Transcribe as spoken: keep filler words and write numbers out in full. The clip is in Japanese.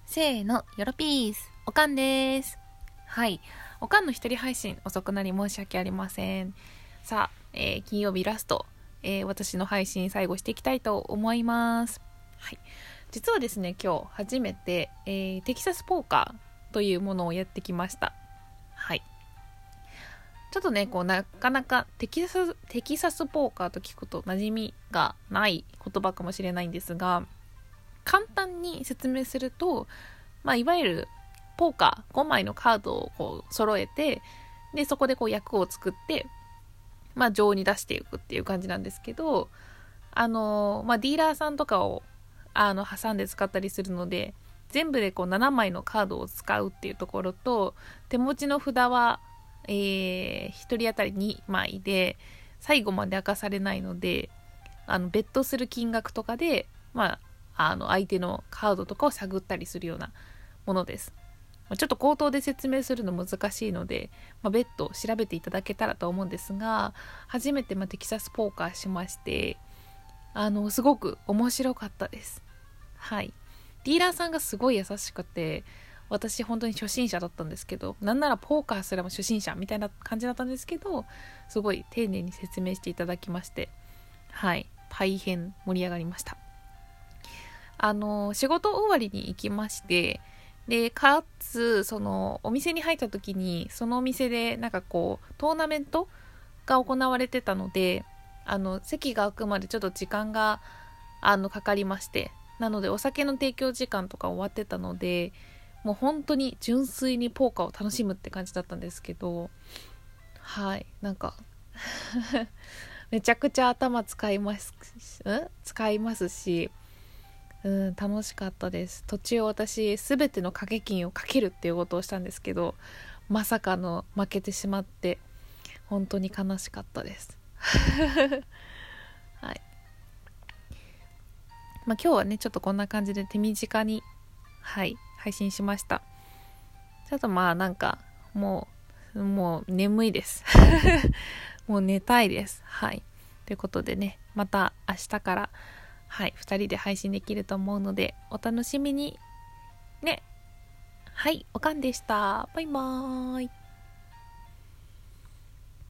せーの、よろピース、おかんです。はい、おかんの一人配信遅くなり申し訳ありません。さあ、えー、金曜日ラスト、えー、私の配信最後していきたいと思います。はい、実はですね、今日初めて、えー、テキサスポーカーというものをやってきました。はい。ちょっとね、こうなかなかテキサス、テキサスポーカーと聞くと馴染みがない言葉かもしれないんですが、簡単に説明すると、まあ、いわゆるポーカーごまいのカードをこう揃えて、でそこでこう役を作って、まあ、上に出していくっていう感じなんですけど、あのまあ、ディーラーさんとかをあの挟んで使ったりするので、全部でこうななまいのカードを使うっていうところと、手持ちの札は、えー、ひとり当たりにまいで最後まで明かされないので、あのベットする金額とかで、まああの相手のカードとかを探ったりするようなものです。ちょっと口頭で説明するの難しいので、まあ、別途調べていただけたらと思うんですが、初めてまあテキサスポーカーしまして、あのすごく面白かったです。はい。ディーラーさんがすごい優しくて、私本当に初心者だったんですけど、なんならポーカーすらも初心者みたいな感じだったんですけど、すごい丁寧に説明していただきまして、はい、大変盛り上がりました。あの仕事終わりに行きまして、でかつそのお店に入った時に、そのお店でなんかこうトーナメントが行われてたので、あの席が空くまでちょっと時間があのかかりまして、なのでお酒の提供時間とか終わってたので、もう本当に純粋にポーカーを楽しむって感じだったんですけど、はい、なんかめちゃくちゃ頭使います、ん使いますし、うん、楽しかったです。途中私すべての掛け金をかけるっていうことをしたんですけど、まさかの負けてしまって本当に悲しかったですはい。まあ、今日はねちょっとこんな感じで手短に、はい、配信しました。ちょっとまあなんかもうもう眠いですもう寝たいです。はい、ということでね、また明日からはい、ふたりで配信できると思うのでお楽しみにね。はい、おかんでした。バイバーイ。